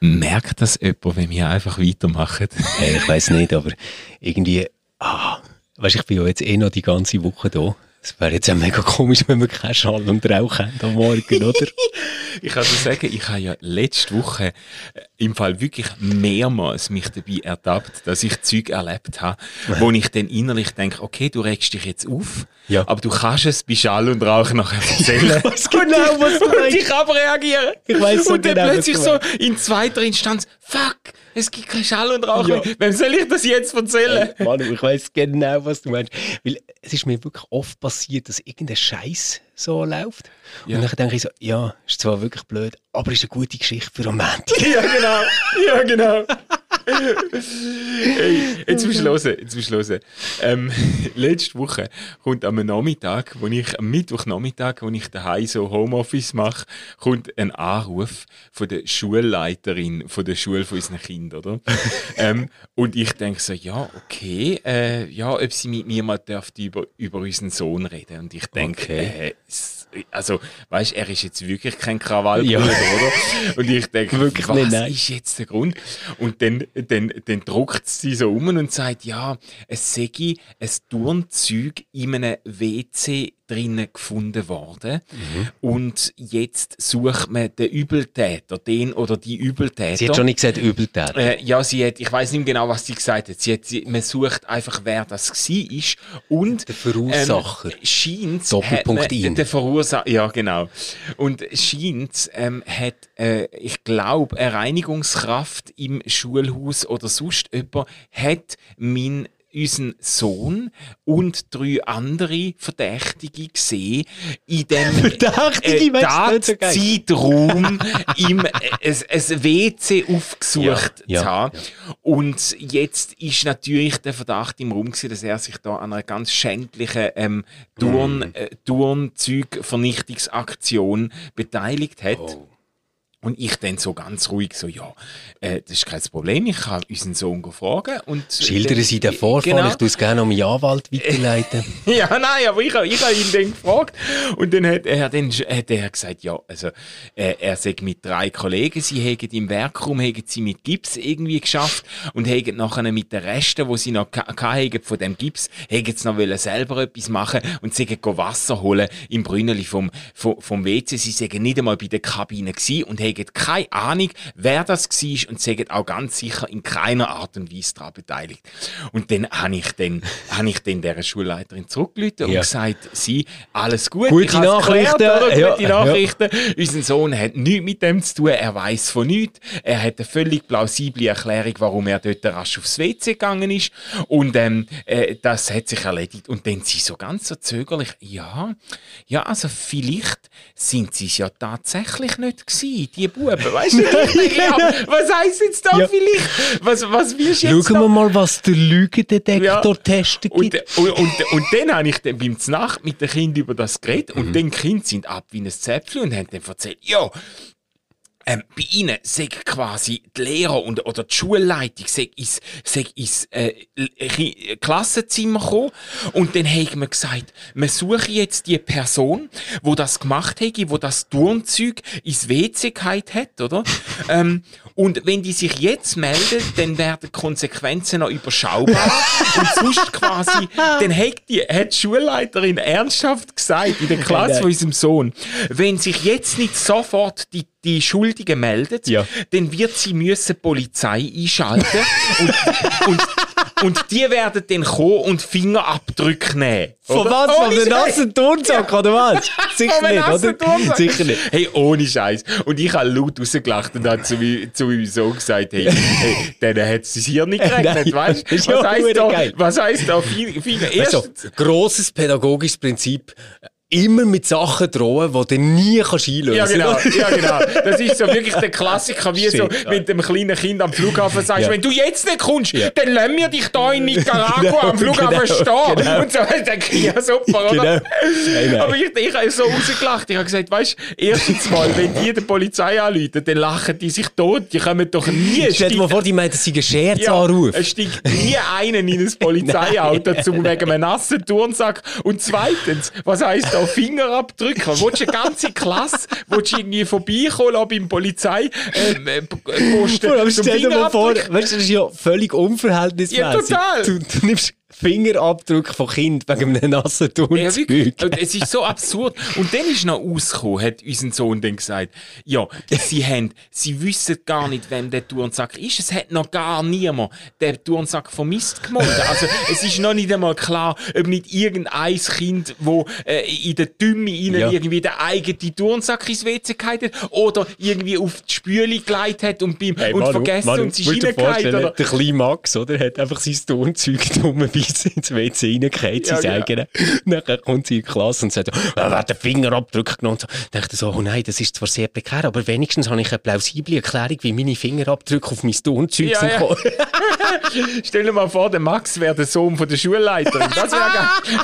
Merkt das jemand, wenn wir einfach weitermachen? Ich weiss nicht, aber irgendwie, weisst, ich bin ja jetzt noch die ganze Woche da. Es wäre jetzt auch mega komisch, wenn wir keinen Schall und Rauch haben am Morgen, oder? Ich kann dir sagen, ich habe ja letzte Woche im Fall wirklich mehrmals mich dabei ertappt, dass ich Zeug erlebt habe, wo ich dann innerlich denke, okay, du regst dich jetzt auf, aber du kannst es bei Schall und Rauch nachher erzählen. Ich weiss genau, was du meinst. Und ich abreagieren. Ich weiss so und dann genau, plötzlich so in zweiter Instanz, fuck, es gibt keinen Schall und Rauch mehr. Wem soll ich das jetzt erzählen? Manu, ich weiss genau, was du meinst. Weil es ist mir wirklich oft passiert, dass irgendein Scheiß so läuft. Und dann denke ich so, ja, ist zwar wirklich blöd, aber ist eine gute Geschichte für einen Moment. Ja, genau. Hey, jetzt musst du hören. Letzte Woche kommt am Mittwochnachmittag, wo ich daheim so Homeoffice mache, kommt ein Anruf von der Schulleiterin von der Schule von unseren Kindern, oder? Und ich denke so, ja, okay, ob sie mit mir mal dürfte über unseren Sohn reden. Und ich denke, also, weißt, er ist jetzt wirklich kein Krawallbruder, oder? Und ich denke, wirklich was ist jetzt der Grund? Und dann druckt sie so um und sagt, ja, es sei ein Turnzeug in einem WC drinnen gefunden worden. Und jetzt sucht man den Übeltäter, den oder die Übeltäter. Sie hat schon nicht gesagt Übeltäter. Ich weiss nicht mehr genau, was sie gesagt hat. Man sucht einfach, wer das war. Und der Verursacher. Scheint Doppelpunkt ihn. Der Verursacher, ja genau. Und scheint hat, ich glaube, eine Reinigungskraft im Schulhaus oder sonst jemand hat unseren Sohn und 3 andere Verdächtige gesehen in dem Zeitraum ein WC aufgesucht zu haben. Und jetzt ist natürlich der Verdacht im Raum gewesen, dass er sich da an einer ganz schändlichen Turnzeug-Vernichtungsaktion beteiligt hat. Und ich dann so ganz ruhig so, das ist kein Problem, ich kann unseren Sohn fragen. Und schildern Sie den Vorfall, genau. Ich tue es gerne an meinen Anwalt weiterleiten. Ja, nein, aber ich habe ihn dann gefragt. Und dann hat er gesagt, er sei mit 3 Kollegen, sie hätten im Werkraum sie mit Gips irgendwie geschafft und hätten nachher mit den Resten, die sie noch hatten von dem Gips, hätten sie noch selber etwas machen und sie hätten Wasser holen im Brünneli vom WC. Sie seien nicht einmal bei der Kabine gewesen und haben keine Ahnung, wer das war und sind auch ganz sicher in keiner Art und Weise daran beteiligt. Und dann habe ich dieser Schulleiterin zurückgerufen und gesagt, alles gut, gute Nachrichten. Nachrichten. Unser Sohn hat nichts mit dem zu tun, er weiss von nichts. Er hat eine völlig plausible Erklärung, warum er dort rasch aufs WC gegangen ist. Und das hat sich erledigt. Und dann sie so ganz so zögerlich, also vielleicht sind sie es ja tatsächlich nicht gewesen, die Buben, weißt du? Was heisst jetzt da vielleicht? Was wirst du jetzt Schauen wir mal, was der Lügendetektor-Test gibt. Und dann habe ich dann beim Znacht mit den Kindern über das geredet und dann die Kinder sind ab wie ein Zäpfchen und haben dann erzählt, bei ihnen sagt quasi die Lehrer oder die Schulleitung ins Klassenzimmer gekommen und dann haben wir gesagt, wir suchen jetzt die Person, die das gemacht hat, die das Turnzeug ins WC gehalten hat, oder? Und wenn die sich jetzt melden, dann werden die Konsequenzen noch überschaubar und sonst quasi, dann hat die Schulleiterin ernsthaft gesagt in der Klasse von unserem Sohn, wenn sich jetzt nicht sofort die Schuldigen meldet, dann wird sie die Polizei einschalten und die werden dann kommen und Fingerabdrücke nehmen. Von was? Von einem nassen Turnsack, oder was? Sicher nicht, oder? Sicher nicht. Hey, ohne Scheiß. Und ich habe laut rausgelacht und habe zu meinem Sohn gesagt, hey, dann hat es hier nicht geregnet, weißt du? Was heisst da Finger? Grosses pädagogisches Prinzip. Immer mit Sachen drohen, die du nie einlösen kannst. Ja, genau. Das ist so wirklich der Klassiker, wie so mit dem kleinen Kind am Flughafen sagst, wenn du jetzt nicht kommst, dann lassen wir dich da in Nicaragua am Flughafen stehen. Genau. Und so, dann denke ich, ja super, oder? Nein. Aber ich habe so rausgelacht. Ich habe gesagt, weißt du, erstens mal, wenn die Polizei anrufen, dann lachen die sich tot. Die kommen doch nie. Stell dir mal vor, die meinen, dass sie einen Scherzanruf. Es steigt nie einen in ein Polizeiauto wegen einem nassen Turnsack. Und zweitens, was heisst da noch Fingerabdrücke? Willst du eine ganze Klasse, willst du irgendwie vorbeikommen lassen beim Polizei posten? Aber stell dir mal vor, weißt du, das ist ja völlig unverhältnismäßig. Ja, total. Du nimmst Fingerabdrück von Kind wegen einem nassen Turnzeug. Ja, es ist so absurd. Und dann ist noch rausgekommen, hat unser Sohn dann gesagt, ja, sie wissen gar nicht, wem der Turnsack ist. Es hat noch gar niemand den Turnsack vom Mist gemeldet. Also es ist noch nicht einmal klar, ob nicht irgendein Kind, wo in der Dümme irgendwie den eigenen Turnsack ins WC gehalten hat oder irgendwie auf die Spüle geleitet hat und vergessen und sie ist reingefallen. Der kleine Max, oder, hat einfach sein Turnzeug dummerweise ins WC reingefallen, sein eigenes. Dann kommt sie in die Klasse und sagt, er hat den Fingerabdruck genommen. Ich dachte so, oh nein, das ist zwar sehr prekär, aber wenigstens habe ich eine plausible Erklärung, wie meine Fingerabdrücke auf mein Turnzeug sind gekommen. Stell dir mal vor, der Max wäre der Sohn von der Schulleiterin. Das wäre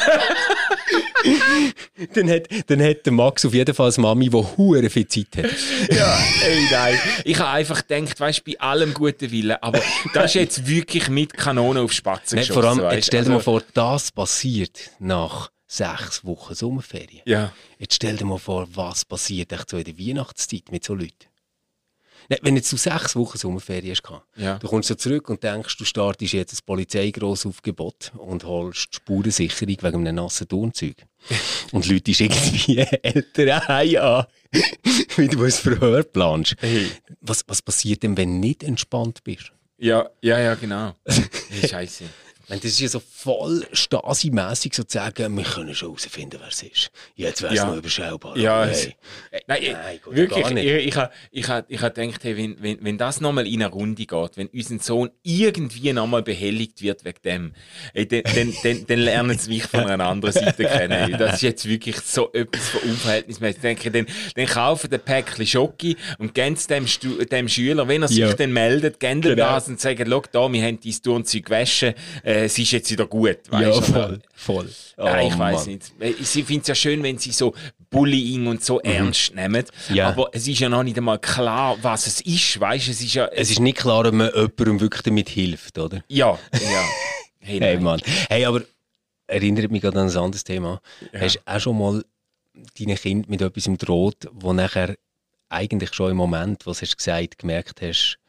geil. Dann hat der Max auf jeden Fall eine Mami, die hure viel Zeit hat. Ja, nein. Ich habe einfach gedacht, weißt du, bei allem guten Willen, aber das ist jetzt wirklich mit Kanonen auf Spatzen geschossen. Vor allem, jetzt stell dir mal vor, das passiert nach 6 Wochen Sommerferien. Ja. Jetzt stell dir mal vor, was passiert echt so in der Weihnachtszeit mit so Leuten. Nein, wenn jetzt du 6 Wochen Sommerferien hast, du kommst so zurück und denkst, du startest jetzt ein Polizeigrossaufgebot und holst die Spurensicherung wegen einem nassen Turnzeug. Und Leute ist irgendwie Eltern an, wie du ein Verhör planst. Hey. Was passiert denn, wenn du nicht entspannt bist? Ja, genau. Hey, Scheiße. Das ist ja so voll Stasi-mässig so zu sagen, wir können schon herausfinden, wer es ist. Jetzt wäre es noch überschaubar. Ja, hey. Nein, wirklich. Ich habe gedacht, hey, wenn das nochmal in eine Runde geht, wenn unser Sohn irgendwie nochmal behelligt wird wegen dem, dann lernen sie mich von einer anderen Seite kennen. Das ist jetzt wirklich so etwas von unverhältnismäßig. Ich denke, dann kaufen ein Päckchen Schoki und geben es dem Schüler, wenn er sich dann meldet, geben das und sagen, schau da, wir haben dein Turnzeug gewaschen, es ist jetzt wieder gut. Weißt, ja, voll. Ja, ich weiss nicht. Ich finde es ja schön, wenn sie so Bullying und so ernst nehmen. Ja. Aber es ist ja noch nicht einmal klar, was es ist. Weißt, es ist nicht klar, ob man jemandem wirklich damit hilft, oder? Ja. Hey, Mann. Hey, aber erinnert mich gerade an ein anderes Thema. Ja. Hast du auch schon mal deinen Kind mit etwas droht, wo nachher eigentlich schon im Moment, was hast du gesagt, gemerkt hast,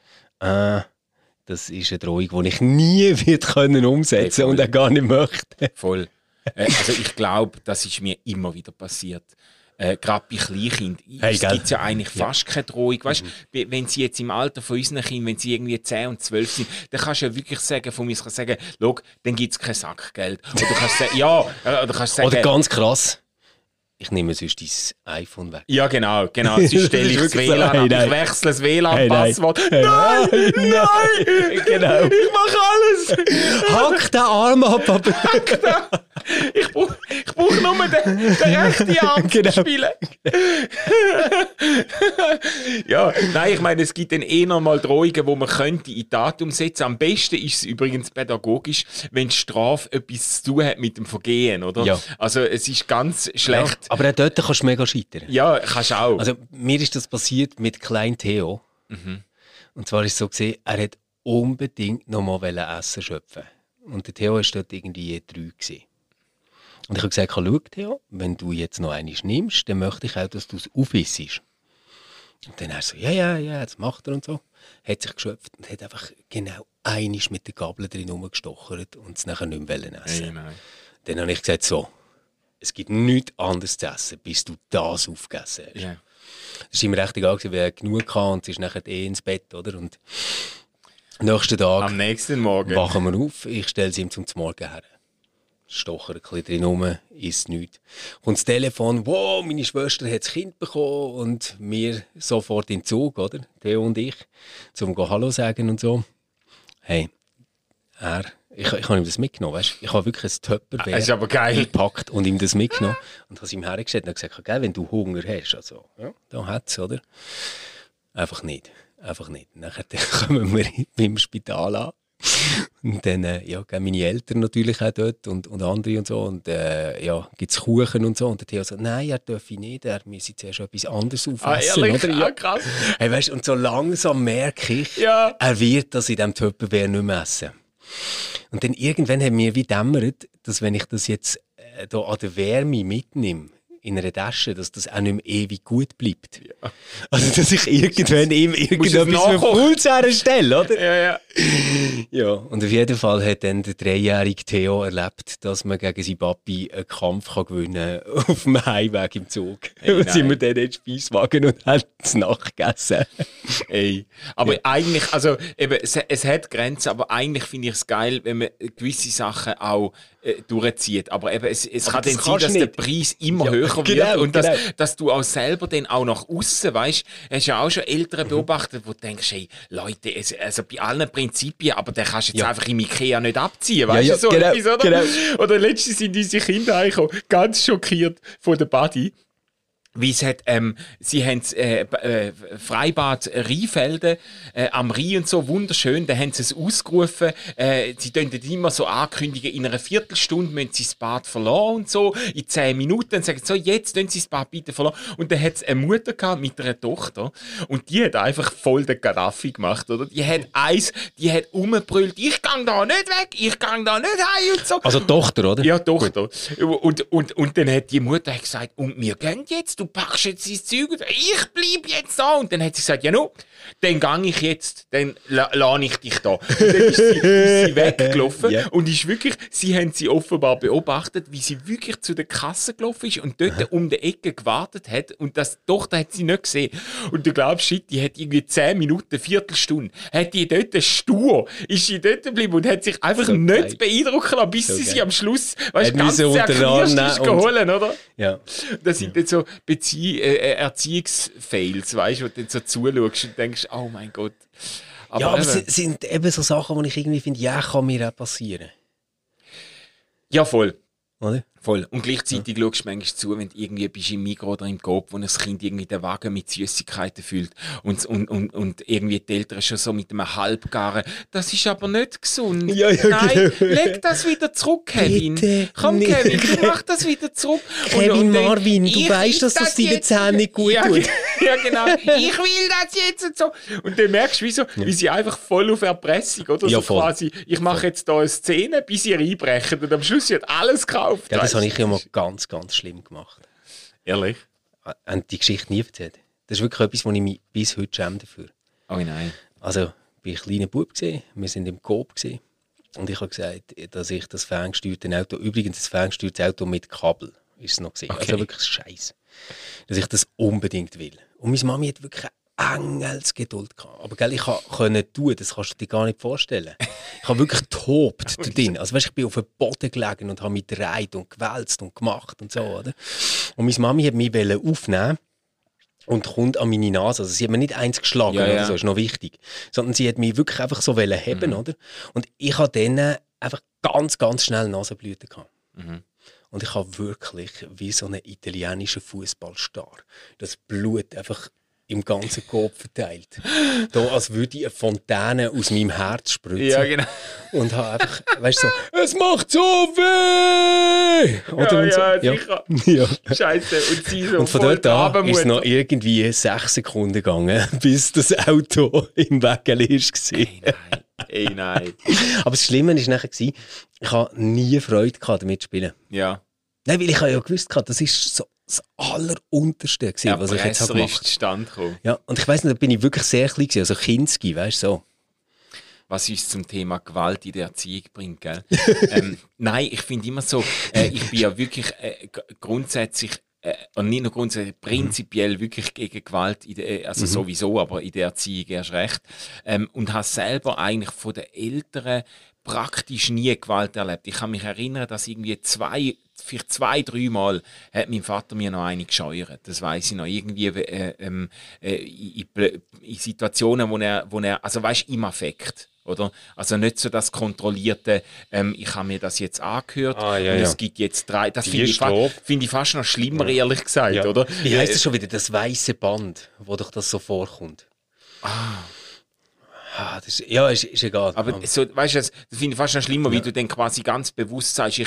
das ist eine Drohung, die ich nie umsetzen und auch gar nicht möchte. Voll. Also ich glaube, das ist mir immer wieder passiert. Gerade bei Kleinkindern. Es gibt ja eigentlich fast keine Drohung. Weißt, wenn sie jetzt im Alter von unseren Kindern, wenn sie irgendwie 10 und 12 sind, dann kannst du ja wirklich sagen, von mir sagen, schau, dann gibt es kein Sackgeld. Oder du kannst sagen, oder ganz krass, ich nehme sonst dein iPhone weg. Ja, genau. Sonst stelle ich das WLAN ab. Ich wechsle das WLAN-Passwort. Nein! Genau. Ich mache alles! Hack den Arm ab, aber... Ich brauche nur den rechten Arm zu spielen. Ja, nein, ich meine, es gibt dann nochmal Drohungen, die man könnte in Tat umsetzen. Am besten ist es übrigens pädagogisch, wenn die Strafe etwas zu tun hat mit dem Vergehen, oder? Ja. Also es ist ganz schlecht. Ja, aber auch dort kannst du mega scheitern. Ja, kannst du auch. Also mir ist das passiert mit klein Theo. Mhm. Und zwar ist es so gesehen, er hat unbedingt noch mal Essen schöpfen. Und der Theo war dort irgendwie 3 gewesen. Und ich habe gesagt, schau Theo, wenn du jetzt noch eines nimmst, dann möchte ich auch, dass du es aufissest. Und dann er so, ja, das macht er und so. Hat sich geschöpft und hat einfach genau einiges mit der Gabel drin rumgestochert und es nachher nicht mehr essen. Hey, nein. Dann habe ich gesagt, so, es gibt nichts anderes zu essen, bis du das aufgegessen hast. Yeah. Das war ihm recht egal, weil er genug hatte und sie ist nachher ins Bett, oder? Und nächsten Tag am nächsten Morgen wachen wir auf, ich stelle sie ihm zum Morgen her. Stocher ein bisschen drin rum, isst nichts. Kommt das Telefon, wow, meine Schwester hat das Kind bekommen und wir sofort in den Zug, oder? Theo und ich, zum Hallo sagen und so. Hey, ich habe ihm das mitgenommen, weißt? Ich habe wirklich ein Tupperware gepackt und ihm das mitgenommen und habe es ihm hergestellt und gesagt, gell, wenn du Hunger hast, also, ja, da hat es, oder? Einfach nicht. Nachher kommen wir im Spital an. Und dann gehen meine Eltern natürlich auch dort und andere und so. Und gibt es Kuchen und so. Und der Theo so, nein, er darf nicht, er müsse zuerst etwas anderes aufessen. Ehrlich? Oder? Ja, krass. Hey, weißt, und so langsam merke ich, er wird das in diesem Tupperware nicht mehr essen. Und dann irgendwann haben wir wie dämmert, dass wenn ich das jetzt hier an der Wärme mitnehme, in einer Tasche, dass das auch nicht mehr ewig gut bleibt. Ja. Also, dass ich irgendwann ihm irgendetwas Cooles herstelle, oder? Ja. Ja, und auf jeden Fall hat dann der 3-jährige Theo erlebt, dass man gegen seinen Papi einen Kampf gewinnen kann auf dem Heimweg im Zug. Und sind wir dann in den Speiswagen und haben es nachgegessen. Ey. Aber eigentlich, also eben, es hat Grenzen, aber eigentlich finde ich es geil, wenn man gewisse Sachen auch durchzieht. Aber eben, es kann dann sein, dass der Preis immer höher wird und dass du auch selber dann auch nach außen, weißt, hast ja auch schon Eltern beobachtet, wo du denkst, hey, Leute, also bei allen Prinzipien, aber den kannst du jetzt einfach im Ikea nicht abziehen, weißt du, so etwas, oder? Genau. Oder letztens sind unsere Kinder eigentlich ganz schockiert von der Body. Wie es hat, sie haben Freibad Rheinfelden am Rhein und so, wunderschön, da haben sie es ausgerufen, sie kündigen dort immer so ankündigen, in einer Viertelstunde müssen sie das Bad verlassen und so, in 10 Minuten, dann sagen sie so, jetzt können sie das Bad bitte verlassen. Und dann hat es eine Mutter gehabt mit einer Tochter und die hat einfach voll den Gaddafi gemacht, oder? Die hat rumgebrüllt, ich gang da nicht weg, ich gang da nicht heim und so. Also Tochter, oder? Ja, Tochter. Und dann hat die Mutter gesagt, und wir gehen jetzt, du packst jetzt dein Zeug, ich bleib jetzt da. Und dann hat sie gesagt, ja no, dann gehe ich jetzt, dann lasse ich dich da. Und dann ist sie weggelaufen und ist wirklich, sie haben sie offenbar beobachtet, wie sie wirklich zu der Kasse gelaufen ist und dort um die Ecke gewartet hat und das Tochter hat sie nicht gesehen. Und du glaubst, shit, die hat irgendwie 10 Minuten, Viertelstunde, hat die dort stur, ist sie dort geblieben und hat sich einfach so nicht geil beeindrucken lassen, bis sie am Schluss, weißt du, ganz zerknirscht geholt, oder? Ja. Das sind dann so Erziehungsfails, weißt du, wo du dann so zuschaust und denkst, oh mein Gott. Aber es sind eben so Sachen, wo ich irgendwie finde, ja, kann mir auch passieren. Ja, voll. Oder? Voll. Und gleichzeitig schaust du manchmal zu, wenn du irgendwie bist im Migros oder im Coop, wo ein Kind irgendwie den Wagen mit Süßigkeiten füllt und irgendwie die Eltern schon so mit einem Halbgaren. Das ist aber nicht gesund. Ja, Nein, genau. leg das wieder zurück, Kevin. Bitte Komm, nicht. Kevin, du mach das wieder zurück. Kevin Marvin, du weißt, dass das deinen Zähnen nicht gut tut. Ja, genau. Ich will das jetzt und so. Und dann merkst du, wie sie einfach voll auf Erpressung, oder? Ja, so voll. Quasi, ich mache jetzt hier eine Szene, bis sie reinbrechen und am Schluss wird alles gekauft. Ja, das habe ich ja mal ganz, ganz schlimm gemacht. Ehrlich? Haben die Geschichte nie erzählt? Das ist wirklich etwas, wo ich mich bis heute schäme dafür. Oh nein. Also, ich war ein kleiner Bub, wir waren im Coop und ich habe gesagt, dass ich das ferngesteuerte Auto, übrigens das ferngesteuerte Auto mit Kabel, ist es noch gesehen. Okay. Also wirklich Scheiß, dass ich das unbedingt will. Und meine Mami hat wirklich Engelsgeduld gehabt. Aber gell, ich konnte tun, das kannst du dir gar nicht vorstellen. Ich habe wirklich getobt drin. Also weißt, ich bin auf dem Boden gelegen und habe mich gedreht und gewälzt und gemacht und so, oder? Und meine Mami hat mich aufnehmen und kommt an meine Nase. Also sie hat mir nicht eins geschlagen, oder so, ist noch wichtig. Sondern sie hat mich wirklich einfach so heben, oder? Und ich hatte dann einfach ganz, ganz schnell Nasenblüten gehabt. Mhm. Und ich habe wirklich wie so einen italienischen Fußballstar das Blut einfach im ganzen Kopf verteilt. Da, als würde ich eine Fontäne aus meinem Herz spritzen. Ja, genau. Und habe einfach, weißt du, so, es macht so weh! Oder Ja, sicher. Ja. Scheiße. Und sie so Und von dort an ist es noch irgendwie 6 Sekunden gegangen, bis das Auto im Weg war. Ey, nein. Aber das Schlimme war nachher, ich hatte nie Freude damit zu spielen. Ja. Nein, weil ich ja gewusst habe, das ist so das Allerunterste, was ich jetzt gemacht habe. Stand gekommen. Ja, und ich weiss nicht, da bin ich wirklich sehr klein gewesen, also Kinski, weißt du, so. Was uns zum Thema Gewalt in der Erziehung bringt, gell? Nein, ich finde immer so, ich bin ja wirklich grundsätzlich, und nicht nur grundsätzlich, prinzipiell wirklich gegen Gewalt, also sowieso, aber in der Erziehung erst recht. Und habe selber eigentlich von den Eltern praktisch nie Gewalt erlebt. Ich kann mich erinnern, dass irgendwie vielleicht 2-3 Mal hat mein Vater mir noch eine gescheuert. Das weiss ich noch. Irgendwie in Situationen, wo er also weißt, im Affekt. Oder? Also nicht so das kontrollierte, ich habe mir das jetzt angehört und es gibt jetzt 3. Das finde ich fast noch schlimmer, ehrlich gesagt. Oder? Wie heisst das schon wieder? Das weiße Band, wo doch das so vorkommt. Ist egal. Aber so, weißt du, das finde ich fast noch schlimmer, wie du dann quasi ganz bewusst sagst,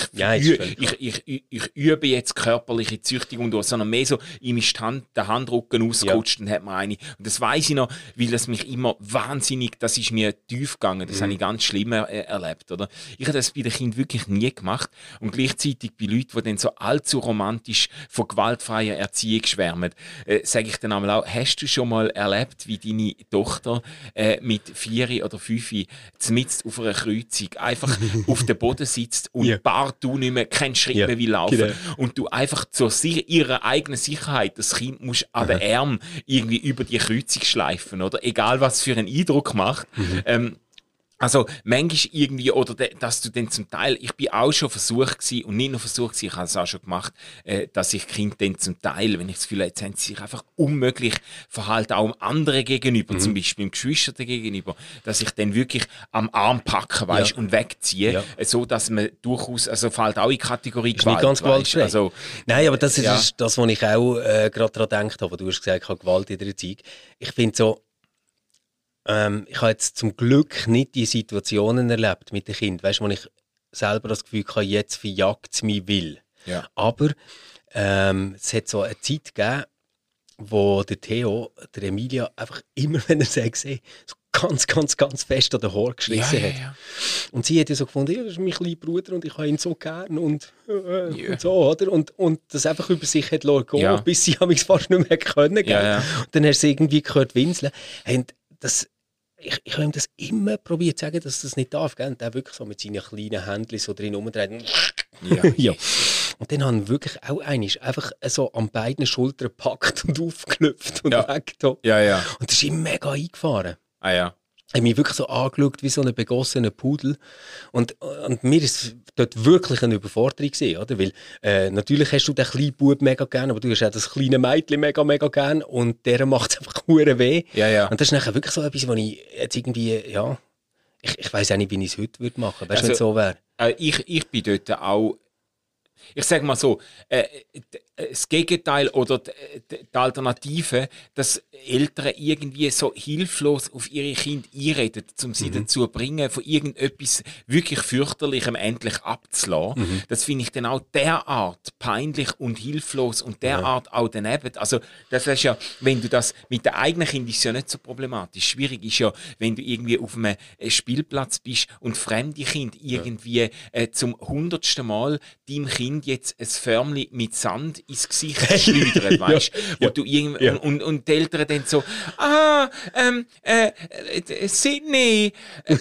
ich übe jetzt körperliche Züchtigung durch, sondern mehr so, ihm ist der Handrücken ausgerutscht und hat mir eine. Und das weiss ich noch, weil das mich immer wahnsinnig, das ist mir tief gegangen, das habe ich ganz schlimm erlebt, oder? Ich habe das bei den Kindern wirklich nie gemacht und gleichzeitig bei Leuten, die dann so allzu romantisch von gewaltfreier Erziehung schwärmen, sage ich dann einmal auch, hast du schon mal erlebt, wie deine Tochter mit 4 oder 5 mitten auf einer Kreuzung einfach auf dem Boden sitzt und partout nicht mehr, keinen Schritt mehr will laufen. Genau. Und du einfach zur ihrer eigenen Sicherheit das Kind musst an den Arm irgendwie über die Kreuzung schleifen, oder? Egal, was für einen Eindruck macht. Also manchmal irgendwie, oder dass du dann zum Teil, ich bin auch schon versucht gewesen, und nicht nur versucht gewesen, ich habe es auch schon gemacht, dass ich Kind dann zum Teil, wenn ich das Gefühl habe, jetzt haben sie sich einfach unmöglich verhalten, auch anderen gegenüber, zum Beispiel dem Geschwister gegenüber, dass ich dann wirklich am Arm packe, weißt, und wegziehe, so dass man durchaus, also fällt auch in die Kategorie Gewalt. Nicht ganz gewaltfrei. Also, nein, aber das ist das, was ich auch gerade daran gedacht habe, du hast gesagt, ich habe Gewalt in der Erziehung. Ich finde so, ich habe jetzt zum Glück nicht die Situationen erlebt mit den Kindern, weißt, wo ich selber das Gefühl habe, jetzt verjagt es mich will. Ja. Aber es hat so eine Zeit gegeben, wo der Theo, der Emilia, einfach immer, wenn er sie gesehen so ganz, ganz, ganz fest an den Haaren geschlissen hat. Ja. Und sie hat ja so gefunden, ja, das ist mein kleiner Bruder und ich habe ihn so gern und so, oder? Und das einfach über sich hat gehen, bis sie fast nicht mehr können. Und dann hast du irgendwie gehört winseln. Und ich habe ihm das immer probiert zu sagen, dass das nicht darf. Gell? Und der wirklich so mit seinen kleinen Händchen so drin rumdreht. Ja. Und dann haben wir wirklich auch einfach so an beiden Schultern gepackt und aufgelöpft und weg. Ja. Und das ist ihm mega eingefahren. Ah ja. Ich habe mich wirklich so angeschaut wie so ein begossener Pudel. Und mir ist dort wirklich eine Überforderung gewesen, oder? Weil natürlich hast du den kleinen Bub mega gern, aber du hast auch das kleine Mädchen mega, mega gern und der macht es einfach verdammt weh. Ja. Und das ist nachher wirklich so etwas, wo ich jetzt irgendwie, ich weiss auch nicht, wie ich es heute machen würde, weißt du, wenn es so wäre. Ich bin dort auch, ich sage mal so, das Gegenteil oder die Alternative, dass Eltern irgendwie so hilflos auf ihre Kinder einreden, um sie dazu zu bringen, von irgendetwas wirklich fürchterlichem endlich abzulassen. Das finde ich dann auch derart peinlich und hilflos und derart auch daneben. Also das ist ja, wenn du das mit den eigenen Kindern ist ja nicht so problematisch. Schwierig ist ja, wenn du irgendwie auf einem Spielplatz bist und fremde Kinder irgendwie zum 100. Mal deinem Kind jetzt ein Förmchen mit Sand ins Gesicht schleudern, weißt du? Und die Eltern dann so, Sydney,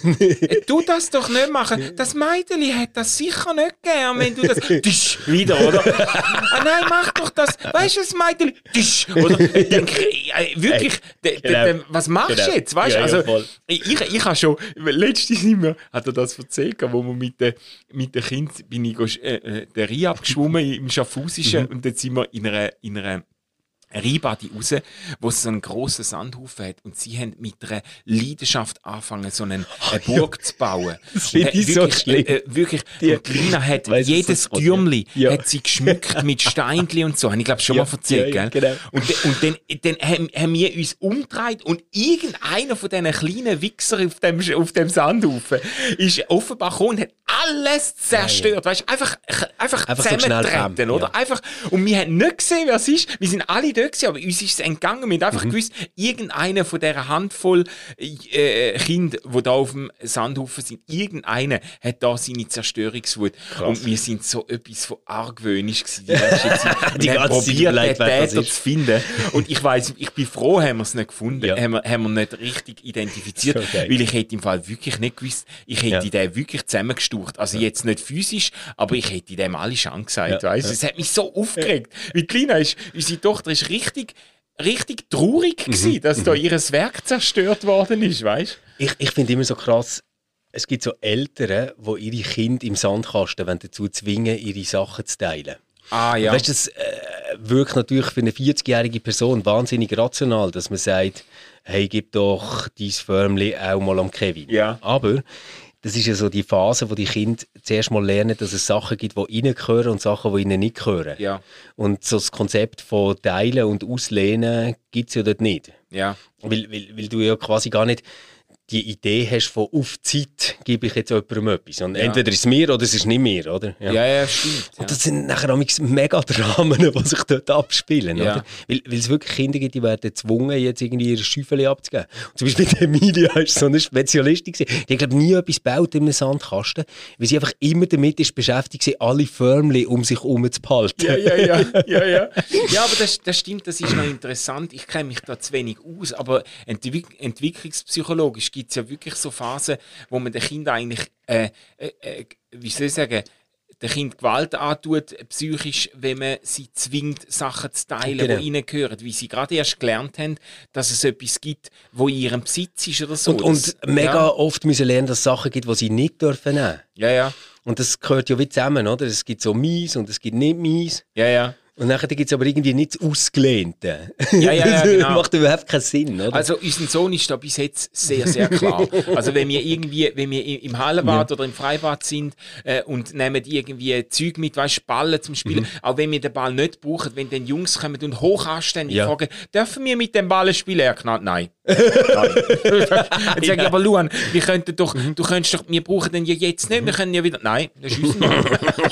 du das doch nicht machen. Das Mädchen hat das sicher nicht gern, wenn du das... Tisch, wieder, oder? Nein, mach doch das. Weißt du, das Mädchen... Tisch, oder? Wirklich, was machst du jetzt? Weißt du, also, ich habe schon... Letztens hat er das erzählt, wo wir mit den Kindern bin ich den Rhein abgeschwommen im Schaffhausischen und dann sind wir in einer Rheinbadi raus, wo es so einen grossen Sandhaufen hat und sie haben mit einer Leidenschaft angefangen, so eine Burg zu bauen. Das finde ich so schlimm. Wirklich, und Lina hat jedes Türmli hat sie geschmückt mit Steinchen und so, habe ich glaube schon mal erzählt, gell? Genau. Und dann haben wir uns umgedreht und irgendeiner von diesen kleinen Wichser auf dem Sandhaufen ist offenbar gekommen und hat alles zerstört, weißt, einfach zusammentreten, so oder? Ja. Einfach, und wir haben nicht gesehen, wer es ist, wir sind alle dort gewesen, aber uns ist es entgangen, wir haben einfach gewusst, irgendeiner von dieser Handvoll Kinder, die da auf dem Sandhaufen sind, irgendeiner hat da seine Zerstörungswut. Krass. Und wir sind so etwas von argwöhnisch gewesen, die letzte Zeit. Wir haben probiert, den Täter zu finden. Und ich weiss, ich bin froh, haben wir es nicht gefunden, haben wir nicht richtig identifiziert, okay. Weil ich hätte im Fall wirklich nicht gewusst, ich hätte den wirklich zusammengestaucht. Also jetzt nicht physisch, aber ich hätte dem alle schon gesagt, weißt du. Es hat mich so aufgeregt. Weil Lina unsere Tochter ist richtig traurig gewesen, dass da ihr Werk zerstört worden ist, weißt du? Ich finde immer so krass, es gibt so Eltern, die ihre Kinder im Sandkasten dazu zwingen, ihre Sachen zu teilen. Ah, ja. Weißt du, das wirkt natürlich für eine 40-jährige Person wahnsinnig rational, dass man sagt, hey, gib doch dein Förmchen auch mal am Kevin. Ja. Aber das ist ja so die Phase, wo die Kinder zuerst mal lernen, dass es Sachen gibt, die ihnen gehören und Sachen, die ihnen nicht gehören. Ja. Und so das Konzept von Teilen und Auslehnen gibt es ja dort nicht. Ja. Weil du ja quasi gar nicht... die Idee hast von auf Zeit gebe ich jetzt jemandem etwas. Und entweder ist es mir oder es ist nicht mir, oder? Ja, stimmt. Und das sind nachher mega Dramen, die sich dort abspielen, oder? Weil es wirklich Kinder gibt, die werden gezwungen, jetzt irgendwie ihre Schäufele abzugeben. Und zum Beispiel die Emilia war so eine Spezialistin gewesen. Die hat, glaube ich, nie etwas gebaut in einem Sandkasten, weil sie einfach immer damit ist beschäftigt war, alle Förmchen um sich herum zu behalten. Ja. Ja, aber das stimmt, das ist noch interessant. Ich kenne mich da zu wenig aus, aber entwicklungspsychologisch gibt es ja wirklich so Phasen, wo man den Kindern eigentlich, wie soll ich sagen, den Kind Gewalt antut, psychisch, wenn man sie zwingt, Sachen zu teilen, die ihnen gehören, weil sie gerade erst gelernt haben, dass es etwas gibt, wo in ihrem Besitz ist oder so. Und mega oft müssen lernen, dass es Sachen gibt, die sie nicht dürfen nehmen. Ja. Und das gehört ja wie zusammen, oder? Es gibt so mies und es gibt nicht mies. Ja. Und dann gibt es aber irgendwie nicht das Ausgelehnte. Ja, genau. Das macht überhaupt keinen Sinn, oder? Also unser Sohn ist da bis jetzt sehr, sehr klar. Also wenn wir im Hallenbad oder im Freibad sind und nehmen irgendwie Zeug mit, weißt, Ballen zum Spielen, auch wenn wir den Ball nicht brauchen, wenn dann Jungs kommen und hoch anständig fragen, dürfen wir mit dem Ball spielen? Er knallt, nein. Jetzt sage ich, aber Luan, wir brauchen den ja jetzt nicht, wir können ja wieder, nein, das ist unser.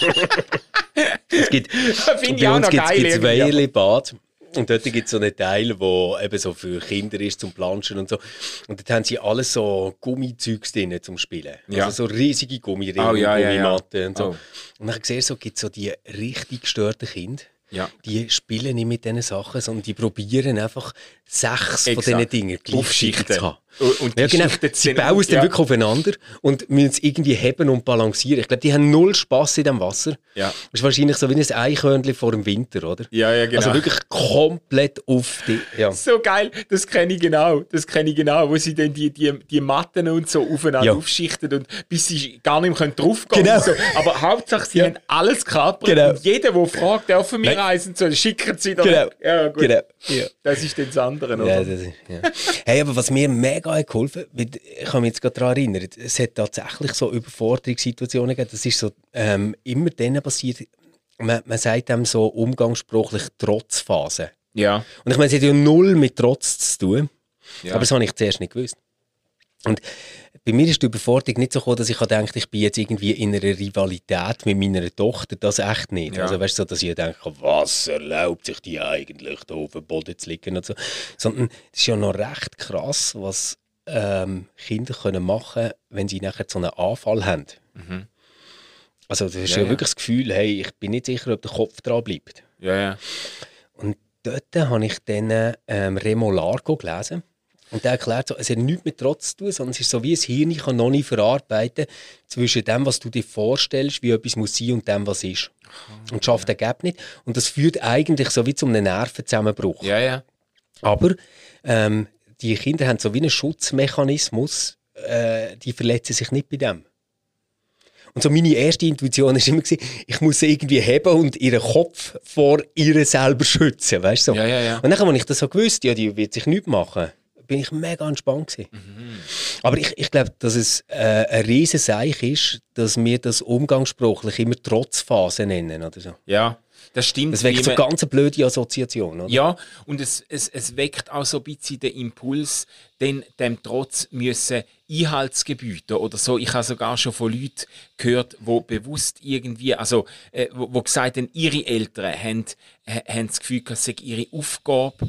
Bei uns gibt es Weierli-Bad. Und dort gibt es so einen Teil, der eben so für Kinder ist, zum Planschen und so. Und dort haben sie alles so Gummizeugs drin zum Spielen. Ja. Also so riesige Gummiringe, Gummimatten und so. Und dann siehst du, gibt es so die richtig gestörten Kinder. Ja. Die spielen nicht mit diesen Sachen, sondern die probieren einfach 6 von diesen Dingen gleichzeitig zu haben. Und die genau. Sie bauen es dann wirklich aufeinander und müssen es irgendwie heben und balancieren. Ich glaube, die haben null Spass in diesem Wasser. Ja. Das ist wahrscheinlich so wie ein Eichhörnchen vor dem Winter, oder? Ja, genau. Also wirklich komplett auf die... Ja. So geil, das kenne ich genau. Wo sie dann die Matten und so aufeinander aufschichten und bis sie gar nicht mehr drauf gehen können. Genau. So. Aber Hauptsache, sie haben alles gehabt. Genau. Und jeder, der fragt, dürfen wir reisen, so, schicken sie dann. Genau. Ja, gut. Genau. Ja. Das ist dann das andere, oder? Ja, das ist, Hey, aber was mir mega geholfen hat, ich kann mich jetzt gerade daran erinnern, es hat tatsächlich so Überforderungssituationen gegeben. Das ist so immer dann passiert, man sagt dem so umgangssprachlich Trotzphase. Ja. Und ich meine, es hat ja null mit Trotz zu tun, aber das habe ich zuerst nicht gewusst. Und bei mir ist die Überforderung nicht so gekommen, dass ich dachte, ich bin jetzt irgendwie in einer Rivalität mit meiner Tochter. Das echt nicht. Ja. Also weißt du, so, dass ich denke, was erlaubt sich die eigentlich, da auf dem Boden zu liegen und so. Sondern es ist ja noch recht krass, was Kinder können machen, wenn sie nachher so einen Anfall haben. Mhm. Also du hast ja wirklich das Gefühl, hey, ich bin nicht sicher, ob der Kopf dran bleibt. Ja. Und dort habe ich dann Remo Largo gelesen. Und der erklärt so, es hat nichts mit Trotz zu tun, sondern es ist so wie ein Hirn kann noch nicht verarbeiten zwischen dem, was du dir vorstellst, wie etwas muss sein und dem, was ist. Und schafft den Gap nicht. Und das führt eigentlich so wie zu einem Nervenzusammenbruch. Ja. Aber die Kinder haben so wie einen Schutzmechanismus, die verletzen sich nicht bei dem. Und so meine erste Intuition war immer, ich muss sie irgendwie heben und ihren Kopf vor ihr selber schützen. Weißt du? So. Ja. Und dann, als ich das so gewusst, die wird sich nichts machen, bin ich mega entspannt gewesen. Mhm. Aber ich glaube, dass es ein riesen Seich ist, dass wir das umgangssprachlich immer Trotzphase nennen. Oder so. Ja, das stimmt. Das weckt so ganz eine blöde Assoziation. Oder? Ja, und es weckt auch so ein bisschen den Impuls, dem Trotz müssen Einhalt zu gebieten oder so. Ich habe sogar schon von Leuten gehört, die bewusst irgendwie, also wo gesagt haben, ihre Eltern haben das Gefühl, es sei ihre Aufgabe,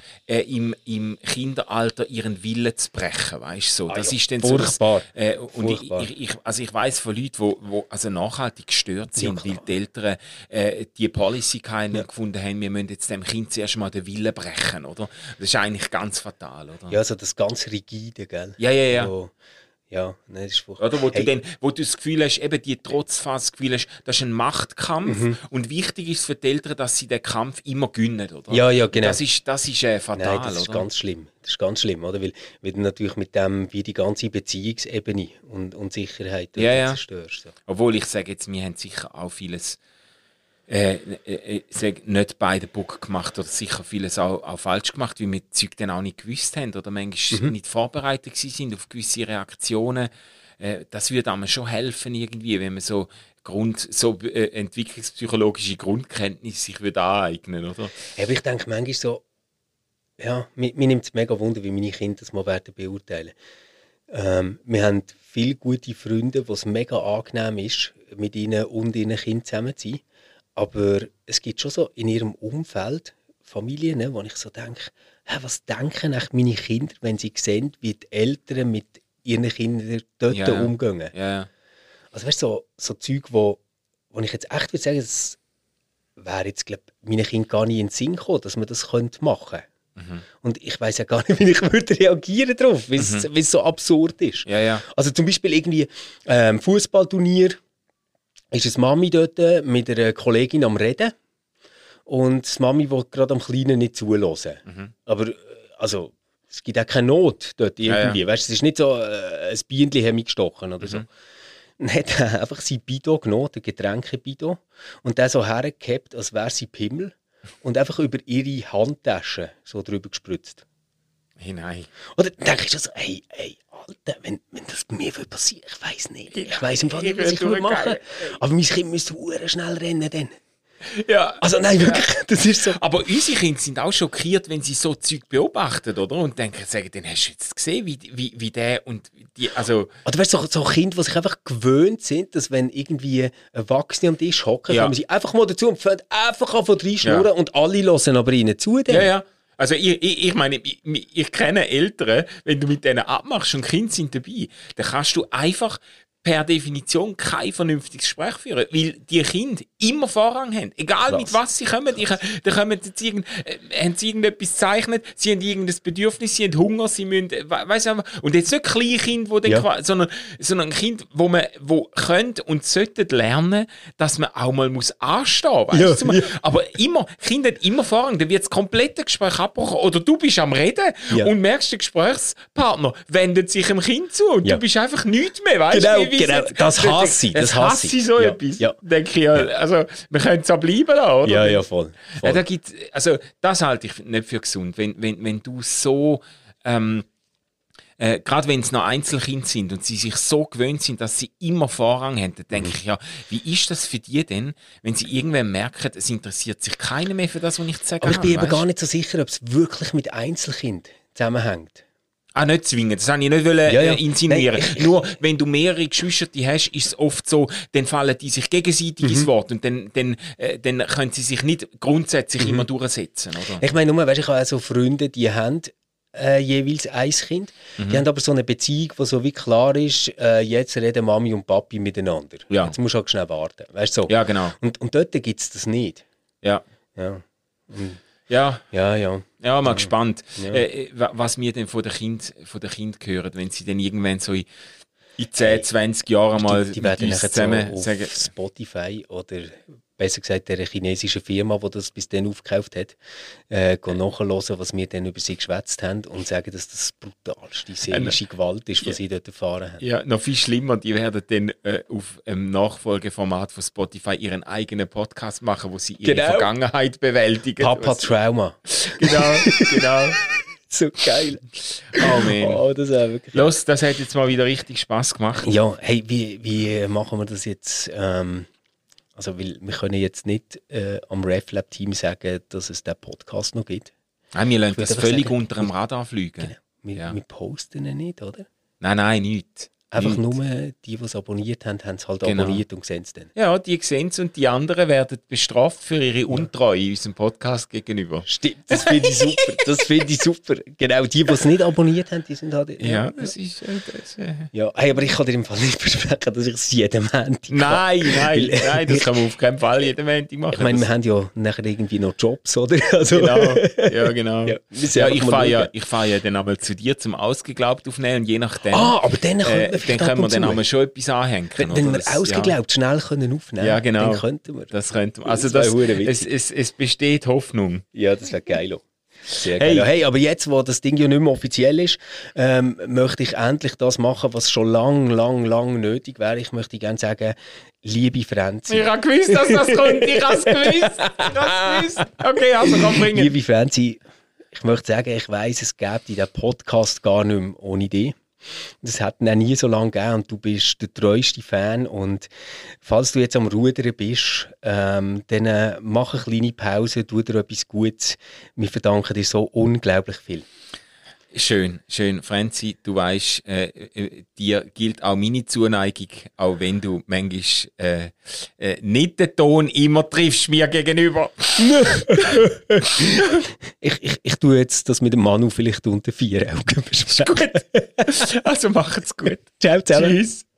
im Kinderalter ihren Willen zu brechen, weißt so. Das ist dann furchtbar. So und ich weiss von Leuten, die also nachhaltig gestört sind, weil die Eltern die Policy gefunden haben, wir müssen jetzt dem Kind zuerst mal den Willen brechen, oder? Das ist eigentlich ganz fatal, oder? Ja, also das ganz rigide, gell? Ja. Ja, nein, das ist furchtbar. Oder wo du das Gefühl hast, eben die Trotzphase, das Gefühl hast, das ist ein Machtkampf und wichtig ist für die Eltern, dass sie den Kampf immer gewinnen, oder? Ja, genau. Das ist fatal, nein, das ist oder? ganz schlimm. Das ist ganz schlimm, oder? Weil du natürlich mit dem wie die ganze Beziehungsebene und Sicherheit zerstörst. So. Obwohl ich sage jetzt, wir haben sicher auch vieles nicht bei der Book gemacht oder sicher vieles auch falsch gemacht, weil wir Zeug dann auch nicht gewusst haben oder manchmal nicht vorbereitet sind auf gewisse Reaktionen. Das würde einem schon helfen irgendwie, wenn man so entwicklungspsychologische Grundkenntnisse sich würde aneignen, oder? Aber ich denke manchmal so, ja, mir nimmt es mega Wunder, wie meine Kinder das mal werden beurteilen. Wir haben viele gute Freunde, wo es mega angenehm ist, mit ihnen und ihren Kindern zusammen zu sein. Aber es gibt schon so in ihrem Umfeld Familien, wo ich so denke, was denken eigentlich meine Kinder, wenn sie sehen, wie die Eltern mit ihren Kindern dort umgehen. Ja. Also weißt du, so Zeug, wo ich jetzt echt würde sagen, das wäre jetzt, glaube ich, meinen Kindern gar nicht in den Sinn gekommen, dass man das machen könnte. Und ich weiss ja gar nicht, wie ich würde reagieren darauf, weil es so absurd ist. Ja. Also zum Beispiel irgendwie Fußballturnier, ist eine Mami dort mit einer Kollegin am Reden und die Mami will gerade am Kleinen nicht zuhören. Aber also, es gibt auch keine Not dort irgendwie. Ja. Weißt, es ist nicht so, ein Bienchen hat mich gestochen oder so. Dann hat er einfach sein Bidon genommen, den Getränkebidon, und den so hergehabt, als wäre sie Pimmel, und einfach über ihre Handtasche so drüber gespritzt. Hey, nein. Oder dann denke ich so, hey, Alter, wenn das bei mir passieren würde, ich weiss nicht. Ich weiss im Fall nicht, was ich machen würde. Aber mein Kind müsste verdammt schnell rennen dann. Ja. Also nein, wirklich, das ist so. Aber unsere Kinder sind auch schockiert, wenn sie so Zeug beobachten, oder? Und sagen, dann hast du jetzt gesehen, wie der und die, also... Oder weißt du, so Kinder, die sich einfach gewöhnt sind, dass wenn irgendwie Erwachsene am Tisch hocken, kommen sie einfach mal dazu und fangen einfach an von reinschnurren und alle hören aber ihnen zu. Dann. Ja. Also ich meine, ich kenne Eltern, wenn du mit denen abmachst und Kinder sind dabei, dann kannst du einfach per Definition kein vernünftiges Gespräch führen, weil die Kinder immer Vorrang haben. Egal mit was sie kommen, dann kommen haben sie irgendetwas gezeichnet, sie haben irgendein Bedürfnis, sie haben Hunger, sie müssen, weiss du, und jetzt nicht kleine Kinder, sondern ein Kind, wo könnte und sollte lernen, dass man auch mal muss anstehen muss. Aber Kinder haben immer Vorrang, dann wird das komplette Gespräch abgebrochen oder du bist am Reden und merkst, der Gesprächspartner wendet sich dem Kind zu und du bist einfach nichts mehr, weißt du? Genau, das hasse ich. Das hasse ich so etwas. Denke ich, also, wir können es ja bleiben lassen, oder? Ja, voll. Ja, das halte ich nicht für gesund. Wenn du so, gerade wenn es noch Einzelkinder sind und sie sich so gewöhnt sind, dass sie immer Vorrang haben, dann denke ich, wie ist das für die denn, wenn sie irgendwann merken, es interessiert sich keiner mehr für das, was ich zu sagen habe? Aber ich bin eben gar nicht so sicher, ob es wirklich mit Einzelkind zusammenhängt. Nicht zwingen, das wollte ich nicht insinuieren. Nein, nur, wenn du mehrere Geschwister hast, ist es oft so, dann fallen die sich gegenseitig ins Wort und dann können sie sich nicht grundsätzlich immer durchsetzen. Oder? Ich meine, ich habe auch so Freunde, die haben jeweils ein Kind. Die haben aber so eine Beziehung, wo so wie klar ist, jetzt reden Mami und Papi miteinander. Ja. Jetzt musst du halt schnell warten. Weißt du, so. Ja, genau. Und dort gibt es das nicht. Ja. Ja, mal gespannt, was wir denn von den Kindern hören, wenn sie dann irgendwann so in 10, 20 Jahren mal die werden mit uns zusammen so sagen. auf Spotify oder besser gesagt der chinesischen Firma, die das bis dann aufgekauft hat, nachhören, was wir dann über sie geschwätzt haben und sagen, dass das brutalste seelische Gewalt ist, was sie dort erfahren haben. Ja, noch viel schlimmer, die werden dann auf einem Nachfolgeformat von Spotify ihren eigenen Podcast machen, wo sie ihre Vergangenheit bewältigen. Papa Trauma. Genau. So geil. Oh man. Oh, das ist wirklich... Los, das hat jetzt mal wieder richtig Spass gemacht. Ja, hey, wie machen wir das jetzt? Also, weil wir können jetzt nicht am RefLab-Team sagen, dass es den Podcast noch gibt. Nein, wir lassen das völlig unter dem Radar fliegen. Genau. Wir posten ihn nicht, oder? Nein, nichts. Einfach nur die es abonniert haben, haben es halt abonniert und sehen es dann. Ja, die sehen es und die anderen werden bestraft für ihre Untreue unserem Podcast gegenüber. Stimmt, das finde ich super. Genau, die es nicht abonniert haben, die sind halt... Ja, das ist... Ja, hey, aber ich kann dir im Fall nicht versprechen, dass ich es jeden Montag Nein, das kann man auf keinen Fall jeden Montag machen. Ich meine, wir haben ja nachher irgendwie noch Jobs, oder? Also, genau. Ja, ich fahre ja dann einmal zu dir zum Ausgeglaubt aufnehmen und je nachdem... aber dann können wir dann einmal schon etwas anhängen. Wenn wir ausgeglaubt schnell können aufnehmen können, genau. Dann könnten wir. Das könnten wir. Also es besteht Hoffnung. Ja, das wäre geil. Sehr geil. Hey, aber jetzt, wo das Ding ja nicht mehr offiziell ist, möchte ich endlich das machen, was schon lang nötig wäre. Ich möchte gerne sagen, liebe Franzi. Ich habe gewusst, dass das kommt. Ich habe es gewusst. Okay, also komm, bringen. Liebe Franzi, ich möchte sagen, ich weiss, es gäbe in diesem Podcast gar nicht mehr ohne dich. Das hat ihn auch nie so lange gegeben und du bist der treueste Fan. Und falls du jetzt am Rudern bist, dann mach eine kleine Pause, tu dir etwas Gutes. Wir verdanken dir so unglaublich viel. Schön, schön. Franzi, du weisst, dir gilt auch meine Zuneigung, auch wenn du manchmal nicht den Ton immer triffst mir gegenüber. Ich tue jetzt das mit dem Manu vielleicht unter 4 Augen besprechen. Gut. Also macht's gut. Ciao zusammen. Tschüss.